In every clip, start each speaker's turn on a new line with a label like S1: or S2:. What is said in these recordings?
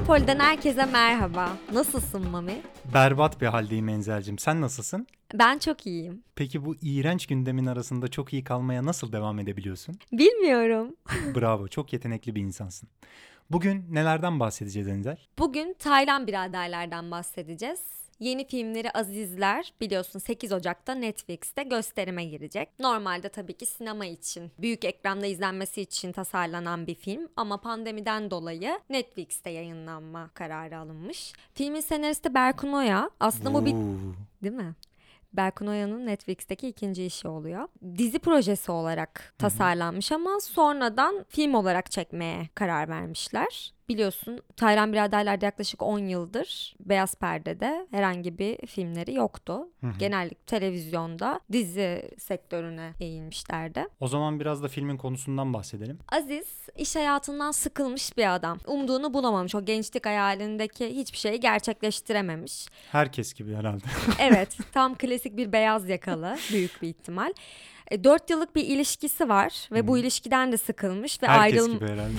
S1: Metropol'den herkese merhaba. Nasılsın Mami?
S2: Berbat bir haldeyim Enzel'cim. Sen nasılsın?
S1: Ben çok iyiyim.
S2: Peki bu iğrenç gündemin arasında çok iyi kalmaya nasıl devam edebiliyorsun?
S1: Bilmiyorum.
S2: Bravo, çok yetenekli bir insansın. Bugün nelerden bahsedeceğiz Enzel?
S1: Bugün Taylan biraderlerden bahsedeceğiz. Yeni filmleri Azizler biliyorsun 8 Ocak'ta Netflix'te gösterime girecek. Normalde tabii ki sinema için, büyük ekranda izlenmesi için tasarlanan bir film ama pandemiden dolayı Netflix'te yayınlanma kararı alınmış. Filmin senaristi Berkun Oya. Aslında bu bir... Değil mi? Berkun Oya'nın Netflix'teki ikinci işi oluyor. Dizi projesi olarak tasarlanmış ama sonradan film olarak çekmeye karar vermişler. Biliyorsun Taylan Biraderler'de yaklaşık 10 yıldır beyaz perdede herhangi bir filmleri yoktu. Genellikle televizyonda dizi sektörüne eğilmişlerdi.
S2: O zaman biraz da filmin konusundan bahsedelim.
S1: Aziz iş hayatından sıkılmış bir adam. Umduğunu bulamamış. O gençlik hayalindeki hiçbir şeyi gerçekleştirememiş.
S2: Herkes gibi herhalde.
S1: Evet, tam klasik bir beyaz yakalı büyük bir ihtimal. 4 yıllık bir ilişkisi var ve bu ilişkiden de sıkılmış ve
S2: Herkes gibi herhalde.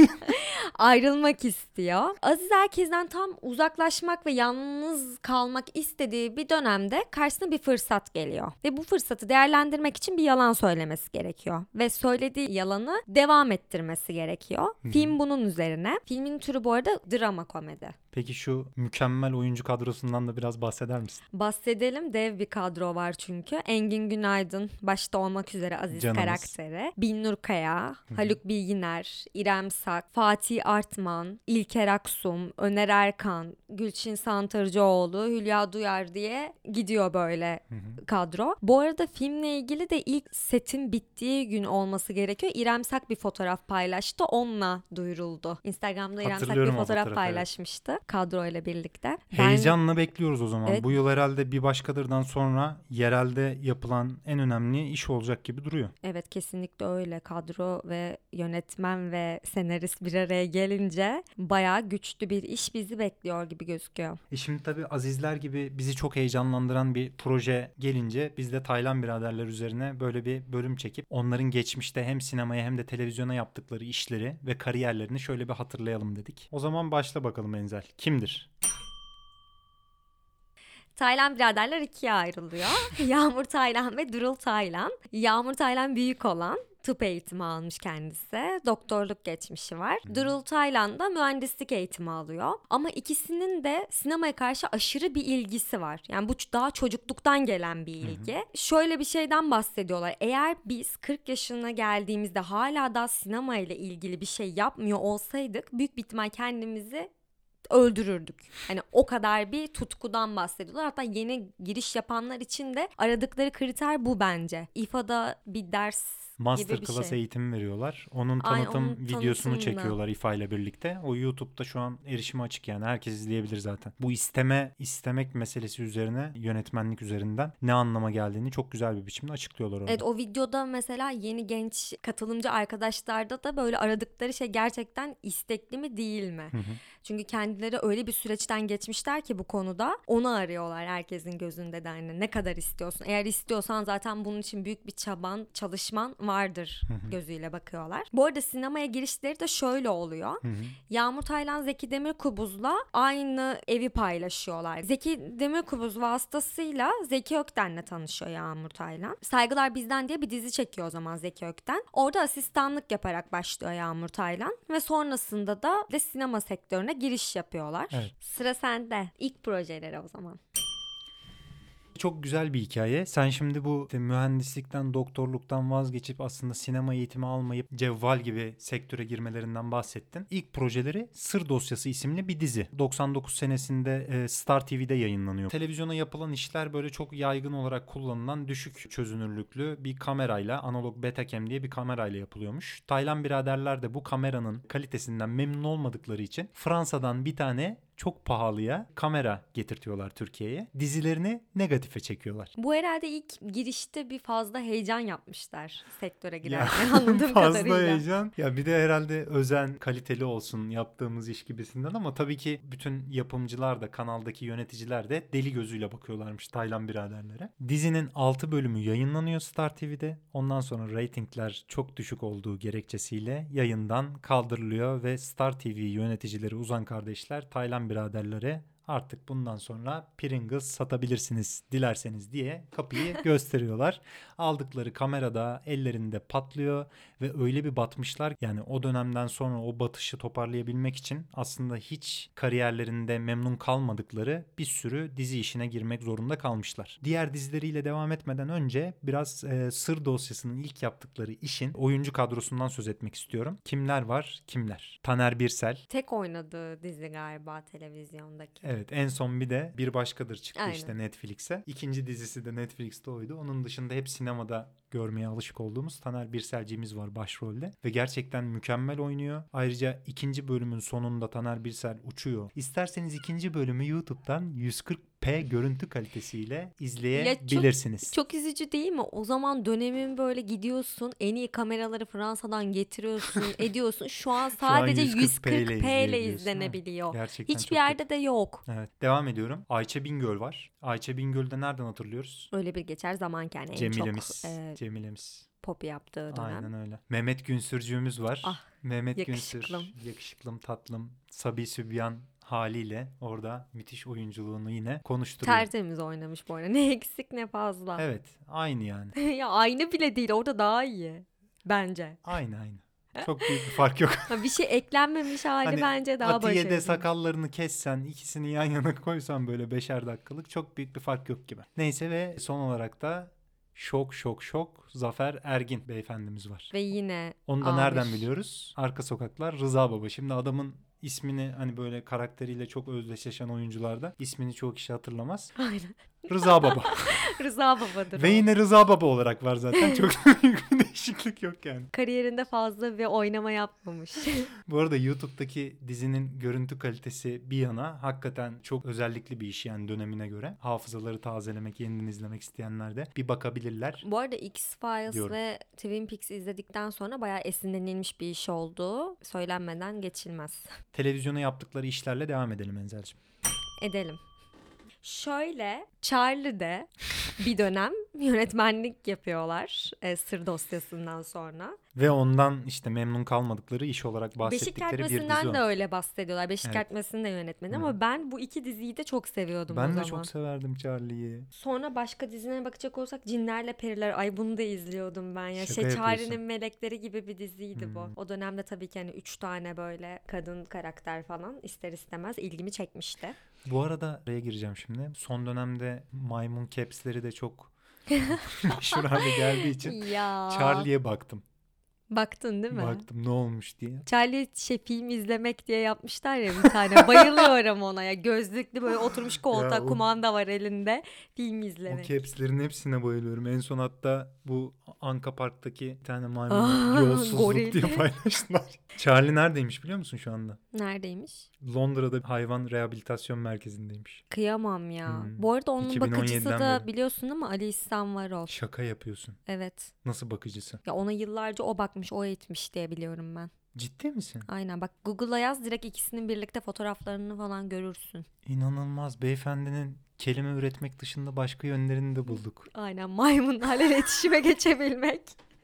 S1: ayrılmak istiyor. Aziz herkesten tam uzaklaşmak ve yalnız kalmak istediği bir dönemde karşısına bir fırsat geliyor. Ve bu fırsatı değerlendirmek için bir yalan söylemesi gerekiyor. Ve söylediği yalanı devam ettirmesi gerekiyor. Film bunun üzerine. Filmin türü bu arada drama komedi.
S2: Peki şu mükemmel oyuncu kadrosundan da biraz bahseder misin?
S1: Bahsedelim, dev bir kadro var çünkü. Engin Günaydın başta olmak üzere Aziz
S2: Canımız.
S1: karakteri. Binnur Kaya, Haluk Bilginer, İrem Sak, Fatih Artman, İlker Aksum, Öner Erkan, Gülçin Santarcıoğlu, Hülya Duyar diye gidiyor böyle kadro. Bu arada filmle ilgili de ilk setin bittiği gün olması gerekiyor. İrem Sak bir fotoğraf paylaştı. Onunla duyuruldu. Instagram'da İrem Sak bir
S2: Hatırlıyorum o
S1: fotoğraf
S2: fotoğrafı,
S1: paylaşmıştı kadroyla birlikte.
S2: Heyecanla bekliyoruz o zaman.
S1: Evet.
S2: Bu yıl herhalde bir başkadırdan sonra yerelde yapılan en önemli iş olacak gibi duruyor.
S1: Evet, kesinlikle öyle. Kadro ve yönetmen ve senarist bir araya gelince bayağı güçlü bir iş bizi bekliyor gibi gözüküyor.
S2: Şimdi tabii Azizler gibi bizi çok heyecanlandıran bir proje gelince biz de Taylan Biraderler üzerine böyle bir bölüm çekip onların geçmişte hem sinemaya hem de televizyona yaptıkları işleri ve kariyerlerini şöyle bir hatırlayalım dedik. O zaman başla bakalım Enzel. Kimdir?
S1: Taylan biraderler ikiye ayrılıyor. Yağmur Taylan ve Durul Taylan. Yağmur Taylan büyük olan. Tıp eğitimi almış kendisi. Doktorluk geçmişi var. Durul Taylan da mühendislik eğitimi alıyor. Ama ikisinin de sinemaya karşı aşırı bir ilgisi var. Yani bu daha çocukluktan gelen bir ilgi. Şöyle bir şeyden bahsediyorlar. Eğer biz 40 yaşına geldiğimizde hala daha sinema ile ilgili bir şey yapmıyor olsaydık büyük bir ihtimal kendimizi öldürürdük. Hani o kadar bir tutkudan bahsediyorlar. Hatta yeni giriş yapanlar için de aradıkları kriter bu bence. İFA'da bir ders gibi bir
S2: Masterclass
S1: şey.
S2: eğitimi veriyorlar. Onun
S1: Aynen,
S2: tanıtım
S1: onun
S2: videosunu
S1: tanıtımını.
S2: çekiyorlar İFA ile birlikte. O YouTube'da şu an erişime açık yani. Herkes izleyebilir zaten. Bu istemek meselesi üzerine, yönetmenlik üzerinden ne anlama geldiğini çok güzel bir biçimde açıklıyorlar orada.
S1: Evet, o videoda mesela yeni genç katılımcı arkadaşlarda da böyle aradıkları şey gerçekten istekli mi değil mi? Çünkü kendileri öyle bir süreçten geçmişler ki bu konuda onu arıyorlar herkesin gözünde de, hani ne kadar istiyorsun? Eğer istiyorsan zaten bunun için büyük bir çaban, çalışman vardır gözüyle bakıyorlar. Bu arada sinemaya girişleri de şöyle oluyor. Yağmur Taylan Zeki Demirkubuz'la aynı evi paylaşıyorlar. Zeki Demirkubuz vasıtasıyla Zeki Ökten'le tanışıyor Yağmur Taylan. Saygılar Bizden diye bir dizi çekiyor o zaman Zeki Ökten. Orada asistanlık yaparak başlıyor Yağmur Taylan ve sonrasında da sinema sektörüne giriş yapıyorlar.
S2: Evet.
S1: Sıra sende. İlk projeleri o zaman.
S2: Çok güzel bir hikaye. Sen şimdi bu mühendislikten, doktorluktan vazgeçip aslında sinema eğitimi almayıp Cevval gibi sektöre girmelerinden bahsettin. İlk projeleri Sır Dosyası isimli bir dizi. 99 senesinde Star TV'de yayınlanıyor. Televizyona yapılan işler böyle çok yaygın olarak kullanılan düşük çözünürlüklü bir kamerayla, analog Betacam diye bir kamerayla yapılıyormuş. Taylan biraderler de bu kameranın kalitesinden memnun olmadıkları için Fransa'dan bir tane çok pahalıya kamera getirtiyorlar Türkiye'ye. Dizilerini negatife çekiyorlar.
S1: Bu herhalde ilk girişte bir fazla heyecan yapmışlar sektöre
S2: Ya,
S1: girerken anladığım
S2: fazla
S1: kadarıyla.
S2: heyecan. Ya bir de herhalde özen, kaliteli olsun yaptığımız iş gibisinden, ama tabii ki bütün yapımcılar da, kanaldaki yöneticiler de deli gözüyle bakıyorlarmış Taylan biraderlere. Dizinin 6 bölümü yayınlanıyor Star TV'de. Ondan sonra reytingler çok düşük olduğu gerekçesiyle yayından kaldırılıyor ve Star TV yöneticileri, Uzan kardeşler Taylan biraderlere artık bundan sonra Pringles satabilirsiniz dilerseniz diye kapıyı gösteriyorlar. Aldıkları kamerada ellerinde patlıyor ve öyle bir batmışlar, yani o dönemden sonra o batışı toparlayabilmek için aslında hiç kariyerlerinde memnun kalmadıkları bir sürü dizi işine girmek zorunda kalmışlar. Diğer dizileriyle devam etmeden önce biraz Sır Dosyası'nın ilk yaptıkları işin oyuncu kadrosundan söz etmek istiyorum. Kimler var? Kimler? Taner Birsel.
S1: Tek oynadığı dizi galiba televizyondaki.
S2: Evet, en son bir de Bir Başkadır çıktı
S1: Aynen.
S2: işte Netflix'e. İkinci dizisi de Netflix'te oydu. Onun dışında hep sinemada görmeye alışık olduğumuz Taner Birsel'cimiz var başrolde ve gerçekten mükemmel oynuyor. Ayrıca ikinci bölümün sonunda Taner Birsel uçuyor. İsterseniz ikinci bölümü YouTube'dan 140p görüntü kalitesiyle izleyebilirsiniz.
S1: Çok üzücü değil mi? O zaman dönemin böyle gidiyorsun, en iyi kameraları Fransa'dan getiriyorsun, ediyorsun. Şu an sadece 140p ile
S2: izleyebiliyorsun.
S1: izlenebiliyor.
S2: Gerçekten
S1: Hiçbir
S2: çok
S1: yerde
S2: kötü.
S1: de yok.
S2: Evet, devam ediyorum. Ayça Bingöl var. Ayça Bingöl'ü de nereden hatırlıyoruz?
S1: Öyle bir geçer zamanken en
S2: Cemile'miz.
S1: çok
S2: Cemile'miz.
S1: pop yaptığı dönem.
S2: Aynen öyle. Mehmet Günsürcüğümüz var.
S1: Ah,
S2: Mehmet
S1: yakışıklım.
S2: Günsür, yakışıklım, tatlım, Sabi Sübyan haliyle orada müthiş oyunculuğunu yine konuşturuyor.
S1: Tertemiz oynamış bu arada. Ne eksik ne fazla.
S2: Evet, aynı yani.
S1: Ya aynı bile değil, orada daha iyi. Bence.
S2: Aynı. Çok büyük bir fark yok.
S1: Bir şey eklenmemiş hali
S2: Hani
S1: bence daha başarılı.
S2: Atiye'de sakallarını kessen, ikisini yan yana koysan böyle 5'er dakikalık, çok büyük bir fark yok gibi. Neyse, ve son olarak da şok Zafer Ergin beyefendimiz var.
S1: Ve yine
S2: Onu da
S1: A1.
S2: nereden biliyoruz? Arka Sokaklar, Rıza Baba. Şimdi adamın ismini, hani böyle karakteriyle çok özdeşleşen oyuncularda ismini çoğu kişi hatırlamaz.
S1: Aynen.
S2: Rıza Baba.
S1: Rıza Baba'dır
S2: Ve
S1: o.
S2: yine Rıza Baba olarak var zaten. Çok büyük bir değişiklik yok yani.
S1: Kariyerinde fazla bir oynama yapmamış.
S2: Bu arada YouTube'daki dizinin görüntü kalitesi bir yana hakikaten çok özellikli bir iş yani dönemine göre. Hafızaları tazelemek, yeniden izlemek isteyenler de bir bakabilirler.
S1: Bu arada X-Files
S2: Diyorum.
S1: ve Twin Peaks izledikten sonra bayağı esinlenilmiş bir iş oldu. Söylenmeden geçilmez.
S2: Televizyona yaptıkları işlerle devam edelim Enzel'cim.
S1: Edelim. Şöyle, Charlie'de bir dönem yönetmenlik yapıyorlar Sır Dosyası'ndan sonra.
S2: Ve ondan işte memnun kalmadıkları, iş olarak
S1: Beşik
S2: bahsettikleri bir dizi
S1: Kertmesi'nden de
S2: o.
S1: öyle bahsediyorlar. Beşik
S2: Evet.
S1: Kertmesi'nin de yönetmeni
S2: Hı.
S1: ama ben bu iki diziyi de çok seviyordum o
S2: Ben
S1: zaman.
S2: de çok severdim Charlie'yi.
S1: Sonra başka dizilere bakacak olursak Cinlerle Periler. Ay bunu da izliyordum ben ya.
S2: Şaka yapıyorsun.
S1: Charlie'nin Melekleri gibi bir diziydi bu. O dönemde tabii ki hani 3 tane böyle kadın karakter falan ister istemez ilgimi çekmişti.
S2: Bu arada araya gireceğim şimdi. Son dönemde maymun caps'leri de çok meşhur hale geldiği için
S1: Ya.
S2: Charlie'ye baktım.
S1: Baktın değil mi?
S2: Baktım ne olmuş diye.
S1: Charlie film izlemek diye yapmışlar ya bir tane. Bayılıyorum ona ya. Gözlüklü böyle oturmuş koltuğa,
S2: Ya o-
S1: kumanda var elinde. Film
S2: O
S1: izlemek.
S2: caps'lerin hepsine bayılıyorum. En son hatta bu Anka Park'taki bir tane maymun
S1: Aa,
S2: yolsuzluk
S1: goril.
S2: diye paylaştılar. Charlie neredeymiş biliyor musun şu anda?
S1: Neredeymiş?
S2: Londra'da hayvan rehabilitasyon merkezindeymiş.
S1: Kıyamam ya.
S2: Hmm.
S1: Bu arada onun bakıcısı
S2: 2017'den
S1: da
S2: beri.
S1: biliyorsun değil mi? Ali İhsan Varol.
S2: Şaka yapıyorsun.
S1: Evet.
S2: Nasıl bakıcısı?
S1: Ya ona yıllarca o bakmış, o eğitmiş diye biliyorum ben.
S2: Ciddi misin?
S1: Aynen bak Google'a yaz direkt ikisinin birlikte fotoğraflarını falan görürsün.
S2: İnanılmaz. Beyefendinin kelime üretmek dışında başka yönlerini de bulduk.
S1: Aynen maymunlarla iletişime geçebilmek.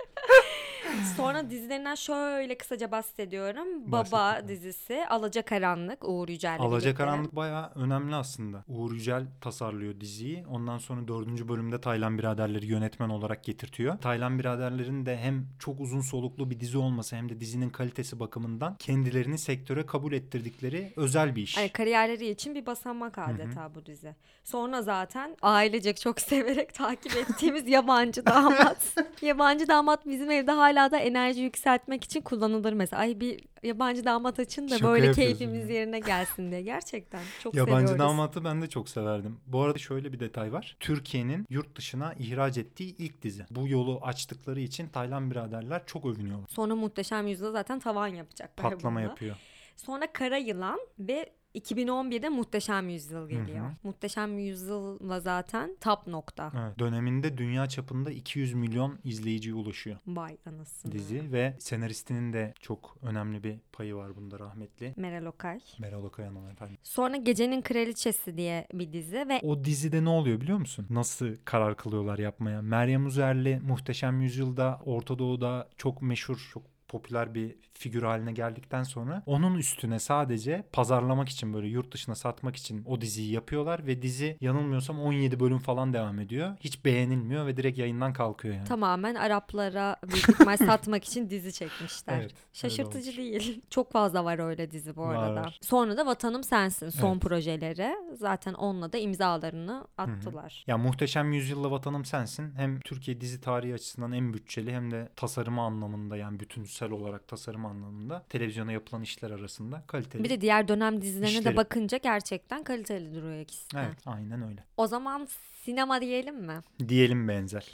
S1: Sonra dizilerinden şöyle kısaca bahsediyorum.
S2: Bahset
S1: Baba
S2: bakalım.
S1: dizisi, Alacakaranlık, Uğur Yücel'le birlikte.
S2: Alacakaranlık bayağı önemli aslında. Uğur Yücel tasarlıyor diziyi. Ondan sonra 4. bölümde Taylan Biraderleri yönetmen olarak getirtiyor. Taylan Biraderlerin de hem çok uzun soluklu bir dizi olması hem de dizinin kalitesi bakımından kendilerini sektöre kabul ettirdikleri özel bir iş.
S1: Hani kariyerleri için bir basamak adeta bu dizi. Sonra zaten ailecek çok severek takip ettiğimiz Yabancı Damat. Yabancı Damat bizim evde hala da enerji yükseltmek için kullanılır mesela. Ay bir Yabancı Damat açın da
S2: Şaka
S1: böyle
S2: yapıyorsun
S1: keyfimiz
S2: ya.
S1: yerine gelsin diye. Gerçekten çok
S2: Yabancı
S1: seviyoruz.
S2: Damat'ı ben de çok severdim. Bu arada şöyle bir detay var. Türkiye'nin yurt dışına ihraç ettiği ilk dizi. Bu yolu açtıkları için Taylan Biraderler çok övünüyorlar.
S1: Sonra Muhteşem Yüzyıl'da zaten tavan yapacaklar
S2: Patlama
S1: bununla.
S2: yapıyor.
S1: Sonra Kara Yılan ve 2011'de Muhteşem Yüzyıl geliyor. Muhteşem Yüzyıl'la zaten top nokta.
S2: Evet. Döneminde dünya çapında 200 milyon izleyiciye ulaşıyor
S1: Vay anasını.
S2: dizi ve senaristinin de çok önemli bir payı var bunda, rahmetli
S1: Meral Okay.
S2: Meral Okay Hanım efendim.
S1: Sonra Gecenin Kraliçesi diye bir dizi ve
S2: O dizide ne oluyor biliyor musun? Nasıl karar kılıyorlar yapmaya? Meryem Uzerli Muhteşem Yüzyıl'da Orta Doğu'da çok meşhur, çok popüler bir figür haline geldikten sonra onun üstüne sadece pazarlamak için, böyle yurt dışına satmak için o diziyi yapıyorlar ve dizi yanılmıyorsam 17 bölüm falan devam ediyor. Hiç beğenilmiyor ve direkt yayından kalkıyor yani.
S1: tamamen Araplara büyük ihtimal satmak için dizi çekmişler.
S2: Evet,
S1: Şaşırtıcı
S2: öyle
S1: değil. Çok fazla var öyle dizi bu
S2: Var,
S1: arada.
S2: var.
S1: Sonra da Vatanım Sensin son
S2: Evet.
S1: projeleri. Zaten onunla da imzalarını attılar.
S2: Ya Muhteşem Yüzyıl'la Vatanım Sensin hem Türkiye dizi tarihi açısından en bütçeli hem de tasarımı anlamında, yani bütünsel olarak tasarım anlamında televizyona yapılan işler arasında kaliteli.
S1: Bir de diğer dönem dizilerine
S2: İşleri.
S1: de bakınca gerçekten kaliteli duruyor ikisi de.
S2: Evet, aynen öyle.
S1: O zaman sinema diyelim mi?
S2: Diyelim benzer.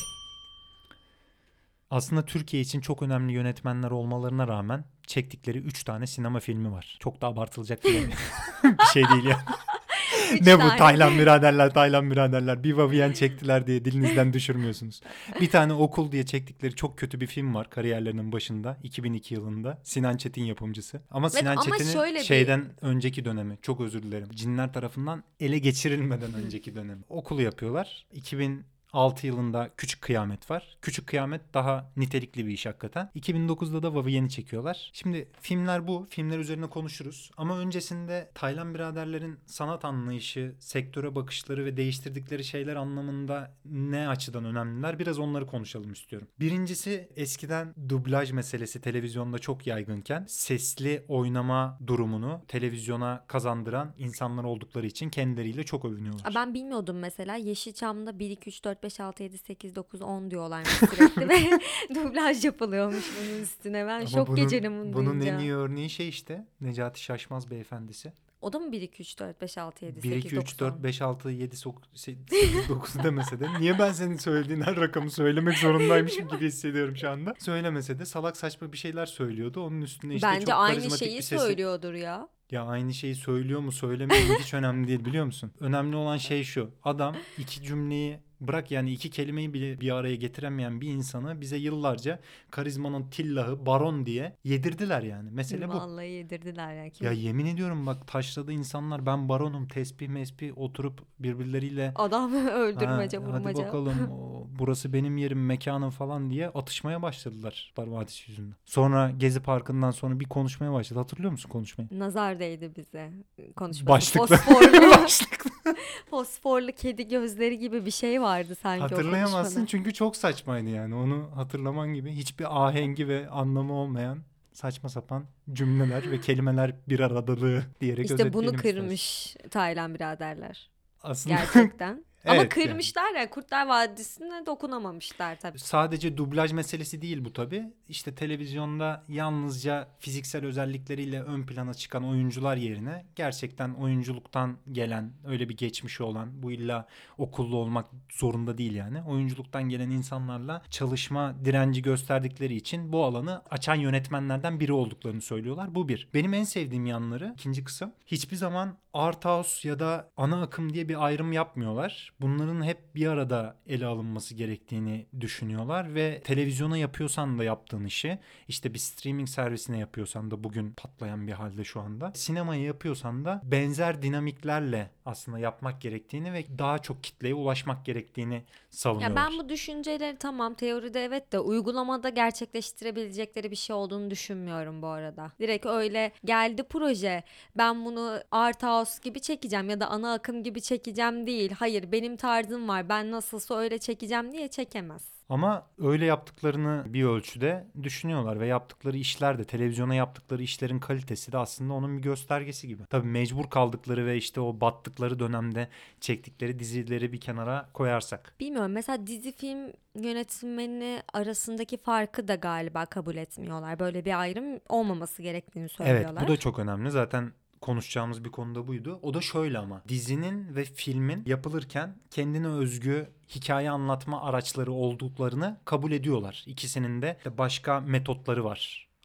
S2: Aslında Türkiye için çok önemli yönetmenler olmalarına rağmen çektikleri 3 tane sinema filmi var. Çok da abartılacak bir bir şey değil yani. Ne bu
S1: tane.
S2: Taylan biraderler bir Vavien çektiler diye dilinizden düşürmüyorsunuz. Bir tane Okul diye çektikleri çok kötü bir film var kariyerlerinin başında 2002 yılında. Sinan Çetin yapımcısı. Ama Sinan
S1: ama
S2: Çetin'in
S1: şöyle
S2: şeyden önceki dönemi, çok özür dilerim. Cinler tarafından ele geçirilmeden önceki dönemi. Okulu yapıyorlar. 2006 yılında Küçük Kıyamet var. Küçük Kıyamet daha nitelikli bir iş hakikaten. 2009'da da Vaviyen'i çekiyorlar. Şimdi filmler bu. Filmler üzerine konuşuruz. Ama öncesinde Taylan biraderlerin sanat anlayışı, sektöre bakışları ve değiştirdikleri şeyler anlamında ne açıdan önemliler? Biraz onları konuşalım istiyorum. Birincisi, eskiden dublaj meselesi televizyonda çok yaygınken sesli oynama durumunu televizyona kazandıran insanlar oldukları için kendileriyle çok övünüyorlar.
S1: Ben bilmiyordum mesela. Yeşilçam'da 1, 2, 3, 4, 5, 6, 7, 8, 9, 10 diyorlarmış sürekli ve dublaj yapılıyormuş bunun üstüne. Ben şok geçirdim bunu
S2: Bunun
S1: duyunca.
S2: en iyi örneği işte Necati Şaşmaz beyefendisi.
S1: O da mı 1, 2, 3, 4, 5, 6, 7,
S2: 1,
S1: 8,
S2: 2,
S1: 9,
S2: 3, 4,
S1: 10?
S2: 5, 6, 7, 8, 9 demese de niye ben senin söylediğin her rakamı söylemek zorundaymışım gibi hissediyorum şu anda. Söylemese de salak saçma bir şeyler söylüyordu. Onun üstüne işte
S1: Bence
S2: çok
S1: aynı
S2: karizmatik
S1: şeyi
S2: bir sesi.
S1: söylüyordur ya.
S2: Ya aynı şeyi söylüyor mu söylemiyor mu hiç önemli değil, biliyor musun? Önemli olan şey şu: adam iki cümleyi bırak, yani iki kelimeyi bile bir araya getiremeyen bir insanı bize yıllarca karizmanın tillahı, baron diye yedirdiler yani. Mesele bu.
S1: Vallahi yedirdiler ya. Kim?
S2: Ya yemin ediyorum bak, taşladı insanlar, ben baronum, tesbih mesbih oturup birbirleriyle
S1: Adam öldürmece,
S2: hadi
S1: vurmaca.
S2: bakalım burası benim yerim, mekanım falan diye atışmaya başladılar Vadisi yüzünden. Sonra Gezi Parkı'ndan sonra bir konuşmaya başladı. Hatırlıyor musun konuşmayı?
S1: Nazar değdi bize konuşması.
S2: Başlıklı.
S1: Fosforlu, fosforlu kedi gözleri gibi bir şey vardı sanki o
S2: Hatırlayamazsın
S1: konuşmada.
S2: çünkü çok saçmaydı yani. Onu hatırlaman gibi hiçbir ahengi ve anlamı olmayan saçma sapan cümleler ve kelimeler bir aradalığı diyerek
S1: İşte
S2: özetleyelim
S1: bunu
S2: istersen.
S1: kırmış Taylan biraderler.
S2: Aslında
S1: Gerçekten. Ama
S2: Evet,
S1: kırmışlar ya. Kurtlar Vadisi'ne dokunamamışlar tabii.
S2: sadece dublaj meselesi değil bu tabii. İşte televizyonda yalnızca fiziksel özellikleriyle ön plana çıkan oyuncular yerine gerçekten oyunculuktan gelen, öyle bir geçmişi olan, bu illa okullu olmak zorunda değil yani, oyunculuktan gelen insanlarla çalışma direnci gösterdikleri için bu alanı açan yönetmenlerden biri olduklarını söylüyorlar. Bu bir. Benim en sevdiğim yanları, ikinci kısım, hiçbir zaman art house ya da ana akım diye bir ayrım yapmıyorlar. Bunların hep bir arada ele alınması gerektiğini düşünüyorlar ve televizyona yapıyorsan da yaptığın işi, işte bir streaming servisine yapıyorsan da bugün patlayan bir halde şu anda, sinemaya yapıyorsan da benzer dinamiklerle aslında yapmak gerektiğini ve daha çok kitleye ulaşmak gerektiğini savunuyorlar.
S1: Ya ben bu düşünceleri tamam teoride evet de uygulamada gerçekleştirebilecekleri bir şey olduğunu düşünmüyorum bu arada. Direkt öyle geldi proje, ben bunu art house gibi çekeceğim ya da ana akım gibi çekeceğim değil. Hayır, benim tarzım var, ben nasılsa öyle çekeceğim diye çekemez.
S2: Ama öyle yaptıklarını bir ölçüde düşünüyorlar ve yaptıkları işler de, televizyona yaptıkları işlerin kalitesi de aslında onun bir göstergesi gibi. Tabii mecbur kaldıkları ve işte o battıkları dönemde çektikleri dizileri bir kenara koyarsak.
S1: Bilmiyorum, mesela dizi film yönetmeni arasındaki farkı da galiba kabul etmiyorlar. Böyle bir ayrım olmaması gerektiğini söylüyorlar.
S2: Evet, bu da çok önemli. Zaten konuşacağımız bir konuda buydu. O da şöyle: ama dizinin ve filmin yapılırken kendine özgü hikaye anlatma araçları olduklarını kabul ediyorlar. İkisinin de başka metotları var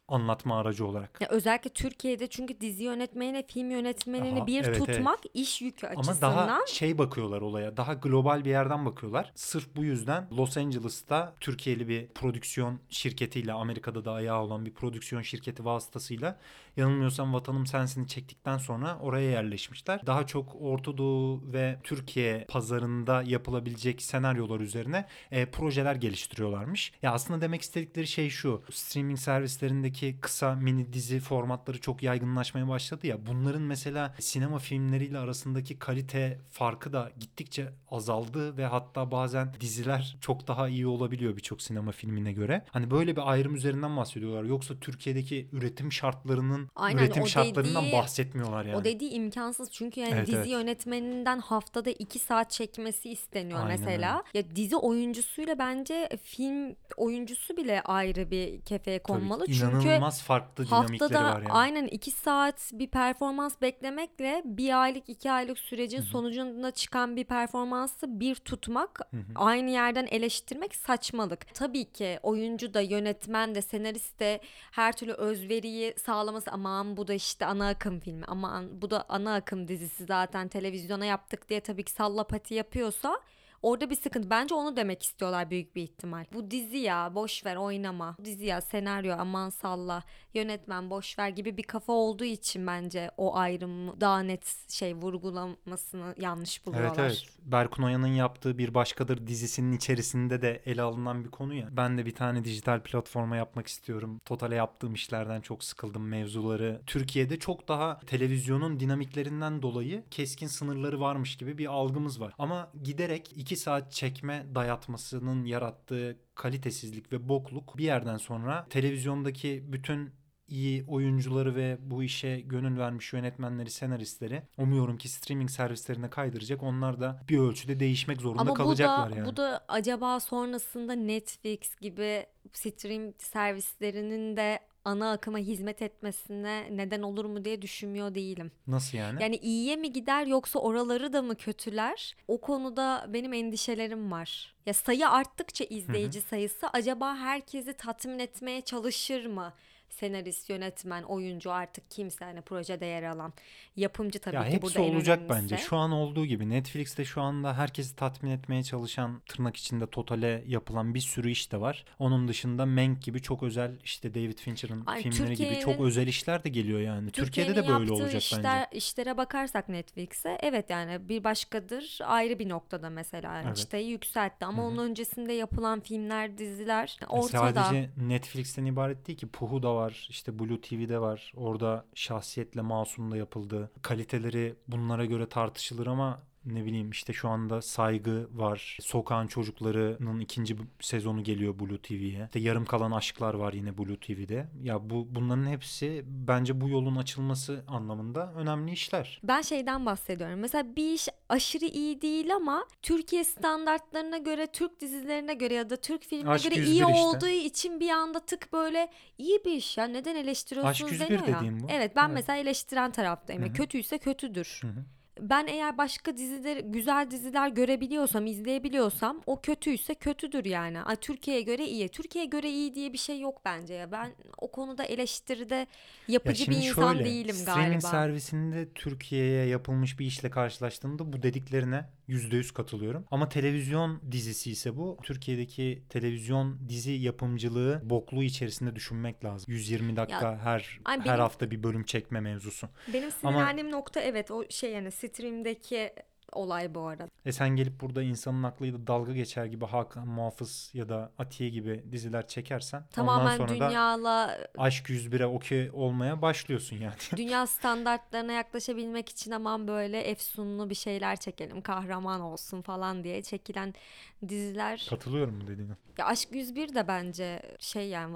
S2: anlatma aracı olarak.
S1: Ya özellikle Türkiye'de, çünkü dizi yönetmeniyle film yönetmenini bir
S2: Evet,
S1: tutmak iş yükü
S2: Ama daha
S1: açısından.
S2: bakıyorlar olaya. Daha global bir yerden bakıyorlar. Sırf bu yüzden Los Angeles'ta Türkiye'li bir prodüksiyon şirketiyle, Amerika'da da ayağı olan bir prodüksiyon şirketi vasıtasıyla, yanılmıyorsam Vatanım Sensin'i çektikten sonra oraya yerleşmişler. Daha çok Orta Doğu ve Türkiye pazarında yapılabilecek senaryolar üzerine projeler geliştiriyorlarmış. Ya aslında demek istedikleri şey şu. Streaming servislerindeki kısa mini dizi formatları çok yaygınlaşmaya başladı ya. Bunların mesela sinema filmleriyle arasındaki kalite farkı da gittikçe azaldı ve hatta bazen diziler çok daha iyi olabiliyor birçok sinema filmine göre. Hani böyle bir ayrım üzerinden bahsediyorlar. Yoksa Türkiye'deki üretim şartlarından
S1: Aynen,
S2: bahsetmiyorlar
S1: o
S2: yani.
S1: dediği imkansız, çünkü yani
S2: Evet,
S1: dizi
S2: evet.
S1: yönetmeninden haftada 2 saat çekmesi isteniyor
S2: Aynen öyle.
S1: mesela. Ya dizi oyuncusuyla bence film oyuncusu bile ayrı bir kefeye
S2: Tabii ki
S1: konmalı. Çünkü
S2: inanılmaz farklı dinamikleri
S1: haftada
S2: var yani.
S1: aynen 2 saat bir performans beklemekle bir aylık 2 aylık sürecin
S2: Hı hı.
S1: sonucunda çıkan bir performansı bir tutmak,
S2: Hı hı.
S1: aynı yerden eleştirmek saçmalık. Tabii ki oyuncu da, yönetmen de, senarist de her türlü özveriyi sağlaması, aman bu da işte ana akım filmi, aman bu da ana akım dizisi, zaten televizyona yaptık diye tabii ki sallapati yapıyorsa orada bir sıkıntı. Bence onu demek istiyorlar büyük bir ihtimal. Bu dizi ya, boş ver oynama. Dizi ya, senaryo aman salla. Yönetmen boş ver gibi bir kafa olduğu için bence o ayrımı daha net vurgulamasını yanlış
S2: Evet, evet.
S1: buluyorlar.
S2: Berkun Oya'nın yaptığı Bir Başkadır dizisinin içerisinde de ele alınan bir konu ya. Ben de bir tane dijital platforma yapmak istiyorum. Total'e yaptığım işlerden çok sıkıldım, mevzuları. Türkiye'de çok daha televizyonun dinamiklerinden dolayı keskin sınırları varmış gibi bir algımız var. Ama giderek 2 saat çekme dayatmasının yarattığı kalitesizlik ve bokluk bir yerden sonra televizyondaki bütün iyi oyuncuları ve bu işe gönül vermiş yönetmenleri, senaristleri umuyorum ki streaming servislerine kaydıracak. Onlar da bir ölçüde değişmek zorunda
S1: Ama bu da
S2: kalacaklar yani.
S1: bu da acaba sonrasında Netflix gibi stream servislerinin de ana akıma hizmet etmesine neden olur mu diye düşünmüyor değilim.
S2: Nasıl yani?
S1: Yani iyiye mi gider yoksa oraları da mı kötüler? O konuda benim endişelerim var. Ya sayı arttıkça
S2: Hı hı.
S1: izleyici sayısı acaba herkesi tatmin etmeye çalışır mı? Senarist, yönetmen, oyuncu, artık kimse, hani projede yer alan. Yapımcı
S2: Ya
S1: tabii ki
S2: hepsi
S1: burada en
S2: olacak bence.
S1: önemlisi.
S2: Şu an olduğu gibi Netflix'te şu anda herkesi tatmin etmeye çalışan, tırnak içinde Total'e yapılan bir sürü iş de var. Onun dışında Mank gibi çok özel, işte David Fincher'ın
S1: Hani
S2: filmleri gibi çok
S1: Türkiye'nin
S2: özel işler de geliyor yani. Türkiye'de
S1: Türkiye'nin
S2: de böyle
S1: yaptığı
S2: olacak bence.
S1: işlere bakarsak Netflix'e, evet yani Bir Başkadır ayrı bir noktada mesela, yani
S2: Evet.
S1: çıtayı yükseltti,
S2: Hı
S1: ama
S2: hı.
S1: onun öncesinde yapılan filmler, diziler ortada.
S2: Sadece Netflix'ten ibaret değil ki. Puhu da var, işte Blue TV'de var. Orada Şahsiyetle Masum da yapıldı. Kaliteleri bunlara göre tartışılır ama ne bileyim, işte şu anda Saygı var. Sokağın Çocukları'nın ikinci sezonu geliyor Blue TV'ye. İşte Yarım Kalan Aşklar var yine Blue TV'de. Ya bunların hepsi bence bu yolun açılması anlamında önemli işler.
S1: Ben şeyden bahsediyorum. Mesela bir iş aşırı iyi değil ama Türkiye standartlarına göre, Türk dizilerine göre ya da Türk filmine
S2: Aşk
S1: göre iyi
S2: 101 işte.
S1: olduğu için bir anda tık böyle iyi bir iş ya, neden
S2: Aşk
S1: eleştiriyorsunuz deniyor
S2: 101
S1: ya.
S2: dediğim bu.
S1: Evet, ben
S2: Evet.
S1: mesela eleştiren taraftayım.
S2: Hı
S1: Ya
S2: hı.
S1: kötüyse kötüdür.
S2: Hı hı.
S1: Ben eğer başka diziler, güzel diziler görebiliyorsam, izleyebiliyorsam, o kötüyse kötüdür yani. Ay, Türkiye'ye göre iyi. Türkiye'ye göre iyi diye bir şey yok bence ya. Ben o konuda eleştiride
S2: Ya
S1: yapıcı bir
S2: şimdi
S1: insan
S2: şöyle,
S1: değilim
S2: streaming
S1: galiba.
S2: servisinde Türkiye'ye yapılmış bir işle karşılaştığımda bu dediklerine %100 katılıyorum. Ama televizyon dizisi ise bu. Türkiye'deki televizyon dizi yapımcılığı bokluğu içerisinde düşünmek lazım. 120
S1: Ya
S2: dakika
S1: ay
S2: her
S1: benim
S2: hafta bir bölüm çekme mevzusu.
S1: benim
S2: Ama
S1: sinirlendiğim nokta, evet, o şey, yani stream'deki olay bu arada.
S2: sen gelip burada insanın aklıyla dalga geçer gibi Hakan Muhafız ya da Atiye gibi diziler çekersen ondan
S1: Tamamen
S2: sonra da
S1: dünyala
S2: Aşk 101'e okey olmaya başlıyorsun yani.
S1: dünya standartlarına yaklaşabilmek için aman böyle efsunlu bir şeyler çekelim, kahraman olsun falan diye çekilen diziler.
S2: Katılıyorum bu dediğine.
S1: Ya Aşk 101 de bence yani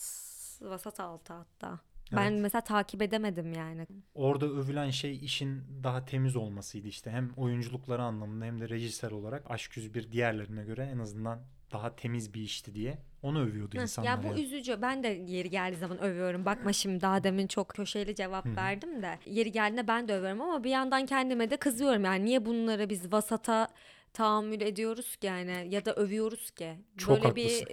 S1: vasat altı hatta. Ben
S2: Evet.
S1: mesela takip edemedim yani.
S2: Orada övülen şey işin daha temiz olmasıydı işte. Hem oyunculukları anlamında hem de rejisör olarak Aşk 101 diğerlerine göre en azından daha temiz bir işti diye. Onu övüyordu
S1: Ya
S2: insanlar
S1: bu
S2: yani.
S1: üzücü. Ben de yeri geldiği zaman övüyorum. Bakma şimdi, daha demin çok köşeli
S2: Hı
S1: cevap
S2: hı.
S1: verdim de. Yeri geldiğinde ben de övüyorum ama bir yandan kendime de kızıyorum. Yani niye bunları biz vasata tahammül ediyoruz ki yani, ya da övüyoruz ki?
S2: Çok
S1: Böyle bir
S2: haklısın.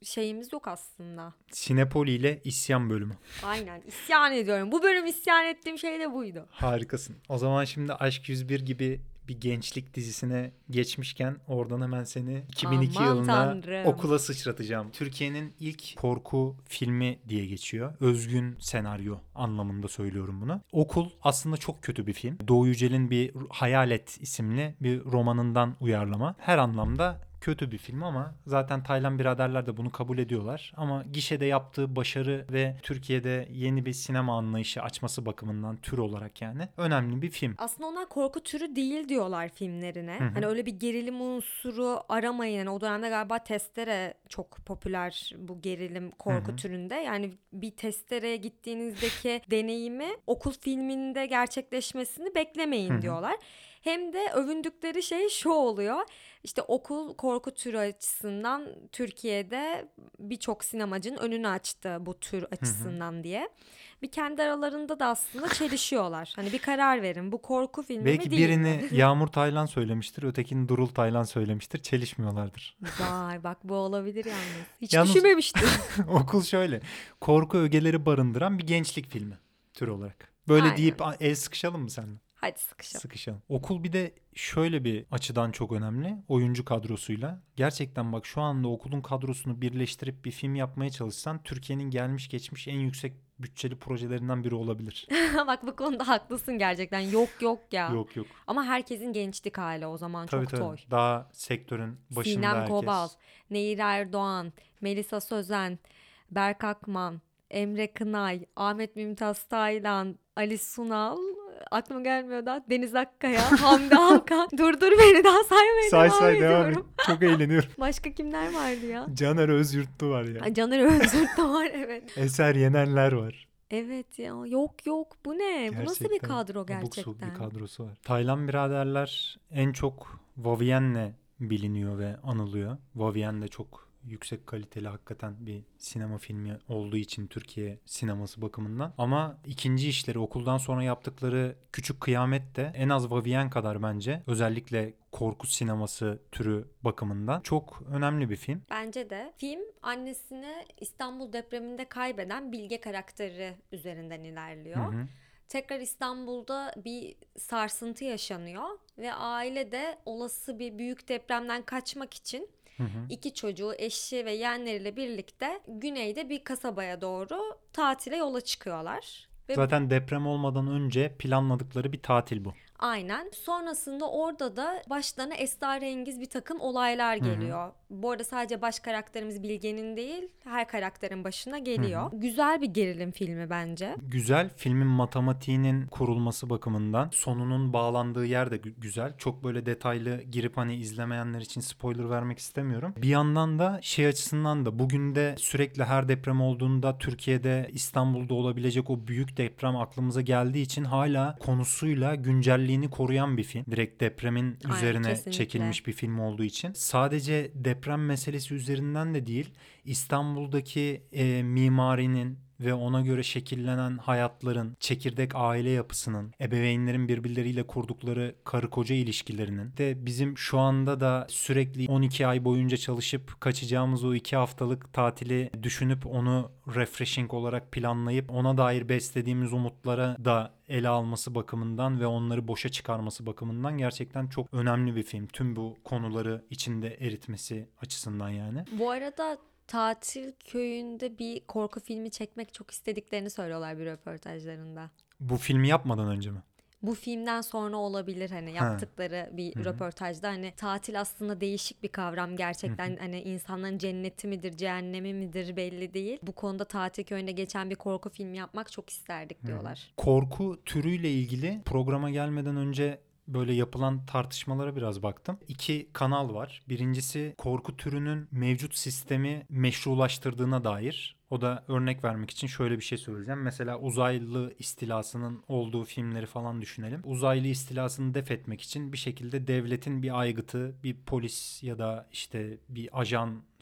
S1: şeyimiz yok aslında.
S2: Sinepoli ile isyan bölümü.
S1: Aynen, isyan ediyorum. Bu bölüm isyan ettiğim şey de buydu.
S2: Harikasın. O zaman şimdi Aşk 101 gibi bir gençlik dizisine geçmişken oradan hemen seni 2002
S1: Aman
S2: yılına
S1: tanrım.
S2: okula sıçratacağım. Türkiye'nin ilk korku filmi diye geçiyor. Özgün senaryo anlamında söylüyorum bunu. Okul aslında çok kötü bir film. Doğu Yücel'in bir Hayalet isimli bir romanından uyarlama. Her anlamda kötü bir film ama zaten Taylan biraderler de bunu kabul ediyorlar. Ama gişede yaptığı başarı ve Türkiye'de yeni bir sinema anlayışı açması bakımından tür olarak yani önemli bir film.
S1: Aslında onlar korku türü değil diyorlar filmlerine.
S2: Hı.
S1: Hani öyle bir gerilim unsuru aramayın. Yani o dönemde galiba Testere çok popüler bu gerilim korku
S2: Hı.
S1: türünde. Yani bir Testere'ye gittiğinizdeki deneyimi okul filminde gerçekleşmesini beklemeyin diyorlar. Hem de övündükleri şey şu oluyor. İşte okul korku türü açısından Türkiye'de birçok sinemacının önünü açtı bu tür açısından diye. Bir kendi aralarında da aslında çelişiyorlar. Hani bir karar verin. Bu korku filmi
S2: Belki
S1: mi değil
S2: birini
S1: mi?
S2: Yağmur Taylan söylemiştir, ötekini Durul Taylan söylemiştir. Çelişmiyorlardır.
S1: Vay bak bu olabilir yalnız. Hiç
S2: Yalnız-
S1: düşünmemiştim.
S2: Okul şöyle. Korku ögeleri barındıran bir gençlik filmi tür olarak. Böyle
S1: Aynen.
S2: deyip el sıkışalım mı seninle?
S1: Hadi sıkışalım.
S2: Sıkışalım. Okul bir de şöyle bir açıdan çok önemli. Oyuncu kadrosuyla. Gerçekten bak şu anda okulun kadrosunu birleştirip bir film yapmaya çalışsan Türkiye'nin gelmiş geçmiş en yüksek bütçeli projelerinden biri olabilir.
S1: Bak bu konuda haklısın gerçekten. Yok ya.
S2: Yok.
S1: Ama herkesin gençlik hali o zaman
S2: Tabii
S1: çok
S2: tabii.
S1: toy.
S2: Daha sektörün başında
S1: Sinem
S2: herkes.
S1: Kobal, Nehir Erdoğan, Melisa Sözen, Berk Akman, Emre Kınay, Ahmet Mümtaz Taylan, Ali Sunal, aklıma gelmiyor da Deniz Akkaya, Hamdi Alkan. Dur beni daha saymaya
S2: Say devam et.
S1: ediyorum.
S2: Çok eğleniyorum.
S1: Başka kimler vardı ya?
S2: Caner Özyurtlu var ya.
S1: Ay, Caner Özgür de var evet.
S2: Eser Yenerler var.
S1: Evet ya yok bu ne? Bu nasıl bir
S2: Gerçekten
S1: kadro
S2: abuk subuk
S1: gerçekten?
S2: bir kadrosu var. Taylan biraderler en çok Vivienne'le biliniyor ve anılıyor. Vivienne de çok yüksek kaliteli hakikaten bir sinema filmi olduğu için Türkiye sineması bakımından. Ama ikinci işleri okuldan sonra yaptıkları Küçük Kıyamet de en az Vivienne kadar bence özellikle korku sineması türü bakımından çok önemli bir film.
S1: Bence de. Film annesini İstanbul depreminde kaybeden Bilge karakteri üzerinden ilerliyor.
S2: Hı hı.
S1: Tekrar İstanbul'da bir sarsıntı yaşanıyor ve aile de olası bir büyük depremden kaçmak için
S2: Hı hı.
S1: iki çocuğu, eşi ve yeğenleriyle birlikte güneyde bir kasabaya doğru tatile yola çıkıyorlar. Ve
S2: Zaten deprem olmadan önce planladıkları bir tatil bu.
S1: aynen. Sonrasında orada da başlarına esrarengiz bir takım olaylar geliyor. Bu arada sadece baş karakterimiz Bilge'nin değil, her karakterin başına geliyor. Güzel bir gerilim filmi bence.
S2: Güzel. Filmin matematiğinin kurulması bakımından sonunun bağlandığı yer de güzel. Çok böyle detaylı girip hani izlemeyenler için spoiler vermek istemiyorum. Bir yandan da şey açısından da bugün de sürekli her deprem olduğunda Türkiye'de, İstanbul'da olabilecek o büyük deprem aklımıza geldiği için hala konusuyla güncelliğini koruyan bir film. Direkt depremin
S1: Aynen,
S2: üzerine
S1: kesinlikle.
S2: çekilmiş bir film olduğu için. Sadece deprem meselesi üzerinden de değil, İstanbul'daki mimarinin ve ona göre şekillenen hayatların, çekirdek aile yapısının, ebeveynlerin birbirleriyle kurdukları karı koca ilişkilerinin de bizim şu anda da sürekli 12 ay boyunca çalışıp kaçacağımız o 2 haftalık tatili düşünüp onu refreshing olarak planlayıp ona dair beslediğimiz umutlara da ele alması bakımından ve onları boşa çıkarması bakımından gerçekten çok önemli bir film. Tüm bu konuları içinde eritmesi açısından yani.
S1: Bu arada tatil köyünde bir korku filmi çekmek çok istediklerini söylüyorlar bir röportajlarında.
S2: Bu filmi yapmadan önce mi?
S1: Bu filmden sonra olabilir hani yaptıkları bir röportajda hani tatil aslında değişik bir kavram gerçekten hani insanların cenneti midir cehennemi midir belli değil. Bu konuda tatil köyünde geçen bir korku filmi yapmak çok isterdik diyorlar.
S2: Korku türüyle ilgili programa gelmeden önce böyle yapılan tartışmalara biraz baktım. 2 kanal var. Birincisi korku türünün mevcut sistemi meşrulaştırdığına dair. O da örnek vermek için şöyle bir şey söyleyeceğim. Mesela uzaylı istilasının olduğu filmleri falan düşünelim. Uzaylı istilasını def etmek için bir şekilde devletin bir aygıtı, bir polis ya da işte bir ajan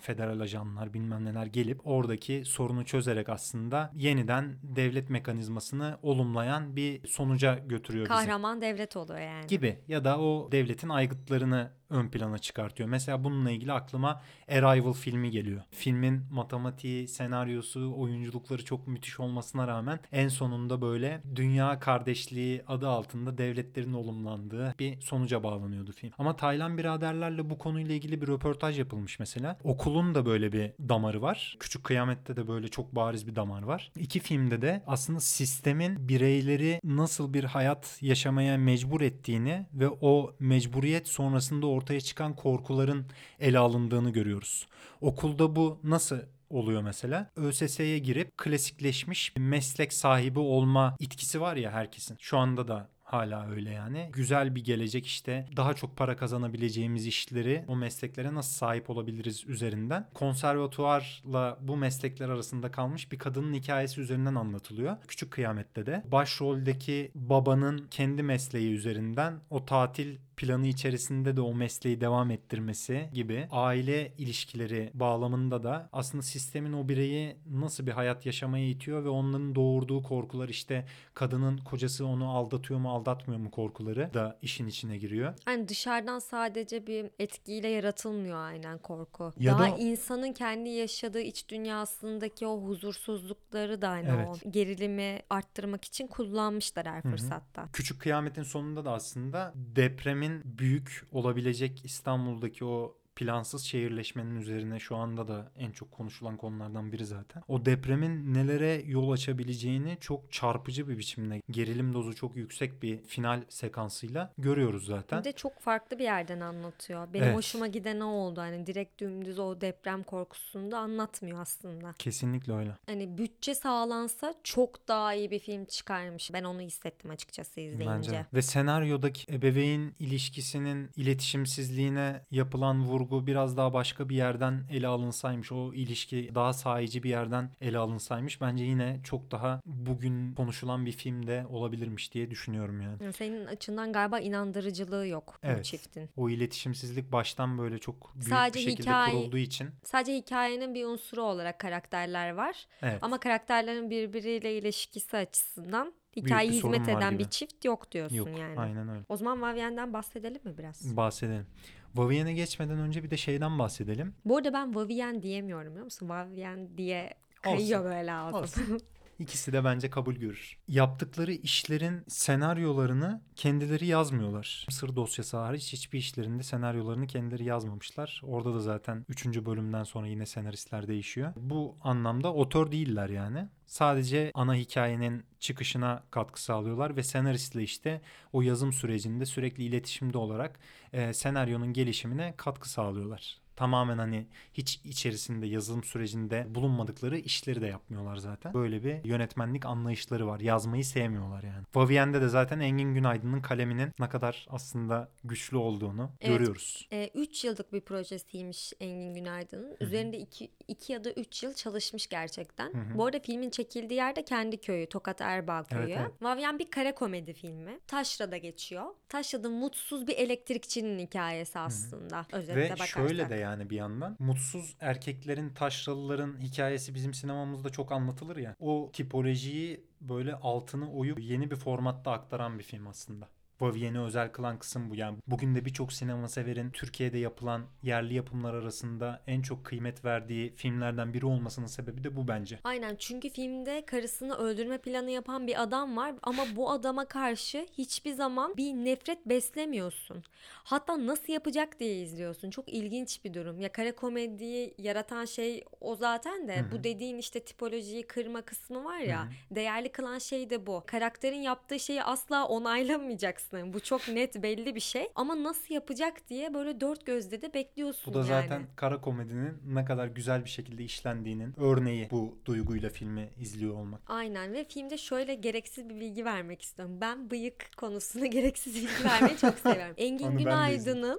S2: federal ajanlar bilmem neler gelip oradaki sorunu çözerek aslında yeniden devlet mekanizmasını olumlayan bir sonuca götürüyor bizi.
S1: Kahraman devlet oluyor yani.
S2: Gibi ya da o devletin aygıtlarını ön plana çıkartıyor. Mesela bununla ilgili aklıma Arrival filmi geliyor. Filmin matematiği, senaryosu, oyunculukları çok müthiş olmasına rağmen en sonunda böyle dünya kardeşliği adı altında devletlerin olumlandığı bir sonuca bağlanıyordu film. Ama Taylan biraderlerle bu konuyla ilgili bir röportaj yapılmış mesela. Okulun da böyle bir damarı var. Küçük Kıyamet'te de böyle çok bariz bir damar var. İki filmde de aslında sistemin bireyleri nasıl bir hayat yaşamaya mecbur ettiğini ve o mecburiyet sonrasında ortaya çıkan korkuların ele alındığını görüyoruz. Okulda bu nasıl oluyor mesela? ÖSS'ye girip klasikleşmiş bir meslek sahibi olma itkisi var ya herkesin. Şu anda da hala öyle yani. Güzel bir gelecek, işte daha çok para kazanabileceğimiz işleri, o mesleklere nasıl sahip olabiliriz üzerinden. Konservatuvarla bu meslekler arasında kalmış bir kadının hikayesi üzerinden anlatılıyor. Küçük Kıyamet'te de başroldeki babanın kendi mesleği üzerinden o tatil planı içerisinde de o mesleği devam ettirmesi gibi aile ilişkileri bağlamında da aslında sistemin o bireyi nasıl bir hayat yaşamaya itiyor ve onların doğurduğu korkular, işte kadının kocası onu aldatıyor mu aldatmıyor mu korkuları da işin içine giriyor.
S1: Yani dışarıdan sadece bir etkiyle yaratılmıyor aynen korku.
S2: Ya
S1: Daha
S2: da
S1: insanın kendi yaşadığı iç dünyasındaki o huzursuzlukları da hani
S2: Evet.
S1: o gerilimi arttırmak için kullanmışlar her fırsatta.
S2: Küçük Kıyamet'in sonunda da aslında depremin büyük olabilecek İstanbul'daki o plansız şehirleşmenin üzerine şu anda da en çok konuşulan konulardan biri zaten. O depremin nelere yol açabileceğini çok çarpıcı bir biçimde, gerilim dozu çok yüksek bir final sekansıyla görüyoruz zaten.
S1: Bir de çok farklı bir yerden anlatıyor. Benim
S2: Evet.
S1: hoşuma giden o oldu. Hani direkt dümdüz o deprem korkusunu da anlatmıyor aslında.
S2: Kesinlikle öyle.
S1: Hani bütçe sağlansa çok daha iyi bir film çıkarmış. Ben onu hissettim açıkçası izleyince.
S2: Bence. Ve senaryodaki ebeveyn ilişkisinin iletişimsizliğine yapılan vurgu biraz daha başka bir yerden ele alınsaymış, o ilişki daha sahici bir yerden ele alınsaymış, bence yine çok daha bugün konuşulan bir filmde olabilirmiş diye düşünüyorum yani.
S1: Yani senin açından galiba inandırıcılığı yok bu
S2: Evet.
S1: çiftin.
S2: O iletişimsizlik baştan böyle çok büyük
S1: Sadece
S2: bir şekilde kurulduğu için.
S1: Sadece hikayenin bir unsuru olarak karakterler var.
S2: Evet.
S1: Ama karakterlerin birbiriyle ilişkisi açısından
S2: Büyük
S1: hikaye
S2: bir sorun
S1: hizmet
S2: var
S1: eden
S2: gibi.
S1: bir çift yok diyorsun
S2: Yok.
S1: yani.
S2: Aynen öyle.
S1: O zaman Vivienne'den bahsedelim mi biraz?
S2: Bahsedelim. Vivienne'e geçmeden önce bir de şeyden bahsedelim.
S1: Bu arada ben Vivienne diyemiyorum biliyor musun? Vivienne diye kayıyor
S2: Olsun.
S1: böyle ağzım.
S2: Olsun. İkisi de bence kabul görür. Yaptıkları işlerin senaryolarını kendileri yazmıyorlar. Sır dosyası hariç hiçbir işlerinde senaryolarını kendileri yazmamışlar. Orada da zaten 3. bölümden sonra yine senaristler değişiyor. Bu anlamda otör değiller yani. Sadece ana hikayenin çıkışına katkı sağlıyorlar ve senaristle işte o yazım sürecinde sürekli iletişimde olarak senaryonun gelişimine katkı sağlıyorlar. Tamamen hani hiç içerisinde yazılım sürecinde bulunmadıkları işleri de yapmıyorlar zaten. Böyle bir yönetmenlik anlayışları var. Yazmayı sevmiyorlar yani. Vivienne'de de zaten Engin Günaydın'ın kaleminin ne kadar aslında güçlü olduğunu görüyoruz.
S1: 3 yıllık bir projesiymiş Engin Günaydın'ın. Üzerinde 2 ya da 3 yıl çalışmış gerçekten. Bu arada filmin çekildiği yerde kendi köyü, Tokat Erbaa köyü.
S2: Evet, evet.
S1: Vivienne bir kara komedi filmi. Taşra'da geçiyor. Taşra'da mutsuz bir elektrikçinin hikayesi aslında. Özetle
S2: Ve
S1: bakarsak.
S2: şöyle de yani bir yandan mutsuz erkeklerin, taşralıların hikayesi bizim sinemamızda çok anlatılır ya. O tipolojiyi böyle altını oyup yeni bir formatta aktaran bir film aslında. Vivienne'i özel kılan kısım bu. Yani bugün de birçok sinema severin Türkiye'de yapılan yerli yapımlar arasında en çok kıymet verdiği filmlerden biri olmasının sebebi de bu bence.
S1: Aynen, çünkü filmde karısını öldürme planı yapan bir adam var ama bu adama karşı hiçbir zaman bir nefret beslemiyorsun. Hatta nasıl yapacak diye izliyorsun. Çok ilginç bir durum. Ya kara komediyi yaratan şey o zaten de bu dediğin işte tipolojiyi kırma kısmı var ya, değerli kılan şey de bu. Karakterin yaptığı şeyi asla onaylamayacaksın. Bu çok net belli bir şey ama nasıl yapacak diye böyle dört gözle de bekliyorsun
S2: Bu da
S1: yani.
S2: zaten kara komedinin ne kadar güzel bir şekilde işlendiğinin örneği, bu duyguyla filmi izliyor olmak.
S1: Aynen, ve filmde şöyle gereksiz bir bilgi vermek istiyorum. Ben bıyık konusunda gereksiz bilgi vermeyi çok seviyorum. Engin
S2: Onu ben de
S1: Günaydın'ın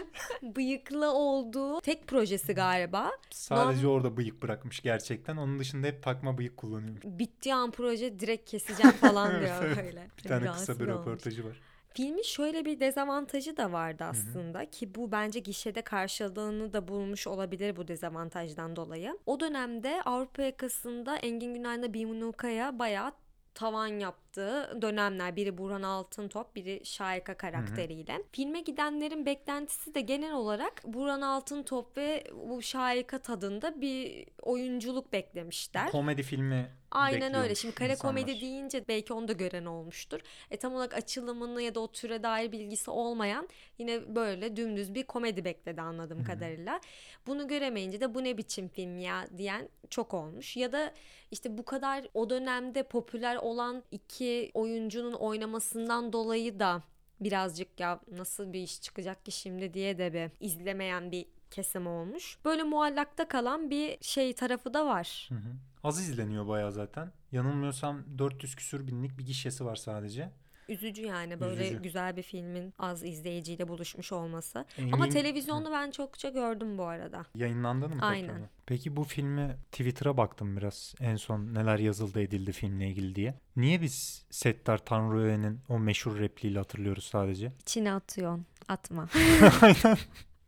S1: bıyıklı olduğu tek projesi galiba.
S2: Sadece orada bıyık bırakmış gerçekten. Onun dışında hep takma bıyık kullanıyormuş.
S1: Bittiği an proje direkt keseceğim falan diyor
S2: Evet,
S1: böyle.
S2: Bir tane
S1: Rahatsız
S2: kısa bir
S1: olmuş.
S2: röportajı var.
S1: Filmin şöyle bir dezavantajı da vardı aslında ki bu bence gişede karşılığını da bulmuş olabilir bu dezavantajdan dolayı. O dönemde Avrupa yakasında Engin Günay'la Bimnu Kaya bayağı tavan yaptığı dönemler. Biri Burhan Altıntop, biri Şahika karakteriyle. Filme gidenlerin beklentisi de genel olarak Burhan Altıntop ve bu Şahika tadında bir oyunculuk beklemişler.
S2: Komedi filmi
S1: Aynen öyle. Şimdi kara
S2: insanlar.
S1: komedi deyince belki onu da gören olmuştur. Tam olarak açılımını ya da o türe dair bilgisi olmayan yine böyle dümdüz bir komedi bekledi anladığım kadarıyla. Bunu göremeyince de bu ne biçim film ya diyen çok olmuş. Ya da işte bu kadar o dönemde popüler olan iki oyuncunun oynamasından dolayı da birazcık ya nasıl bir iş çıkacak ki şimdi diye de bir izlemeyen bir kesim olmuş. Böyle muallakta kalan bir şey tarafı da var.
S2: Az izleniyor bayağı zaten. Yanılmıyorsam 400 küsür binlik bir gişesi var sadece.
S1: Üzücü yani böyle
S2: Üzücü.
S1: güzel bir filmin az izleyiciyle buluşmuş olması. Ama televizyonda ben çokça gördüm bu arada.
S2: Yayınlandı mı
S1: Aynen.
S2: tekrardan? Peki bu filmi Twitter'a baktım biraz en son neler yazıldı edildi filmle ilgili diye. Niye biz Settar Tanrıören'in o meşhur repliğiyle hatırlıyoruz sadece?
S1: İçine atıyorsun, atma.
S2: Aynen.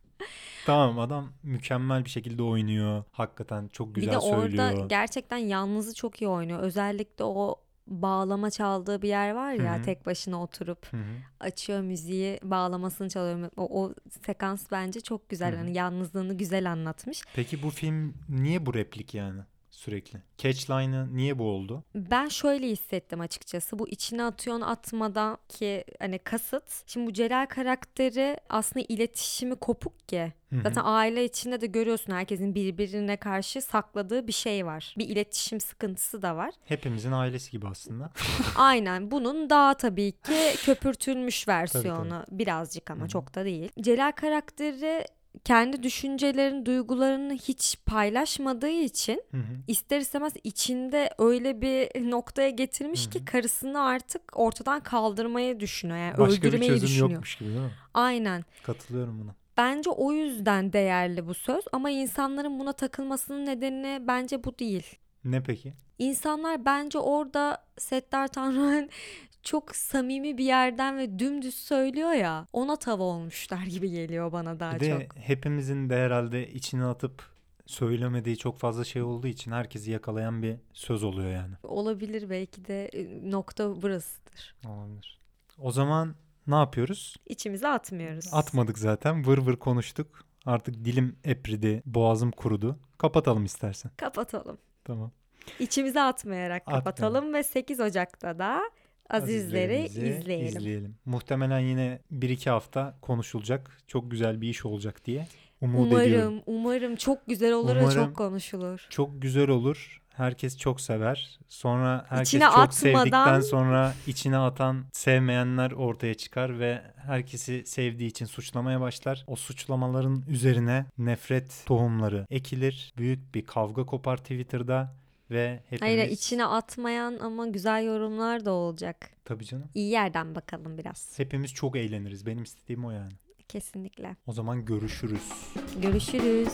S2: Tamam, adam mükemmel bir şekilde oynuyor. Hakikaten çok
S1: Bir
S2: güzel
S1: de
S2: söylüyor.
S1: orada gerçekten yalnızı çok iyi oynuyor. Özellikle o bağlama çaldığı bir yer var ya, tek başına oturup açıyor müziği, bağlamasını çalıyor. O sekans bence çok güzel. Yani yalnızlığını güzel anlatmış.
S2: Peki bu film niye bu replik yani sürekli? Catchline'ı niye bu oldu?
S1: Ben şöyle hissettim açıkçası. Bu içine atıyorsun atmadan ki hani kasıt. Şimdi bu Celal karakteri aslında iletişimi kopuk ki. Zaten aile içinde de görüyorsun herkesin birbirine karşı sakladığı bir şey var. Bir iletişim sıkıntısı da var.
S2: Hepimizin ailesi gibi aslında.
S1: Aynen, bunun daha tabii ki köpürtülmüş versiyonu. Birazcık ama çok da değil. Celal karakteri kendi düşüncelerini, duygularını hiç paylaşmadığı için ister istemez içinde öyle bir noktaya getirmiş ki karısını artık ortadan kaldırmayı düşünüyor. Yani
S2: Başka bir
S1: öldürmeyi
S2: çözüm
S1: düşünüyor.
S2: yokmuş gibi değil mi?
S1: Aynen.
S2: Katılıyorum buna.
S1: Bence o yüzden değerli bu söz ama insanların buna takılmasının nedeni bence bu değil.
S2: Ne peki?
S1: İnsanlar bence orada Settar Tanrıhan çok samimi bir yerden ve dümdüz söylüyor ya, ona tava olmuşlar gibi geliyor bana daha
S2: Bir de
S1: çok.
S2: hepimizin de herhalde içine atıp söylemediği çok fazla şey olduğu için herkesi yakalayan bir söz oluyor yani.
S1: Olabilir, belki de nokta burasıdır.
S2: Olabilir. O zaman ne yapıyoruz?
S1: İçimize atmıyoruz.
S2: Atmadık zaten. Vır vır konuştuk. Artık dilim epridi, boğazım kurudu. Kapatalım istersen.
S1: Kapatalım.
S2: Tamam.
S1: İçimize atmayarak kapatalım ve 8 Ocak'ta da Azizleri izleyelim.
S2: Muhtemelen yine 1-2 hafta konuşulacak. Çok güzel bir iş olacak diye umut ediyorum.
S1: Umarım çok güzel olur ve çok konuşulur.
S2: Çok güzel olur. Herkes çok sever. Sonra herkes
S1: İçine
S2: çok
S1: atmadan...
S2: sevdikten sonra içine atan sevmeyenler ortaya çıkar ve herkesi sevdiği için suçlamaya başlar. O suçlamaların üzerine nefret tohumları ekilir. Büyük bir kavga kopar Twitter'da ve hepimiz...
S1: Hayır, içine atmayan ama güzel yorumlar da olacak.
S2: Tabii canım.
S1: İyi yerden bakalım biraz.
S2: Hepimiz çok eğleniriz. Benim istediğim o yani.
S1: Kesinlikle.
S2: O zaman görüşürüz.
S1: Görüşürüz.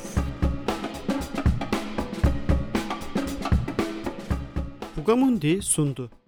S3: Fugamundi sundu.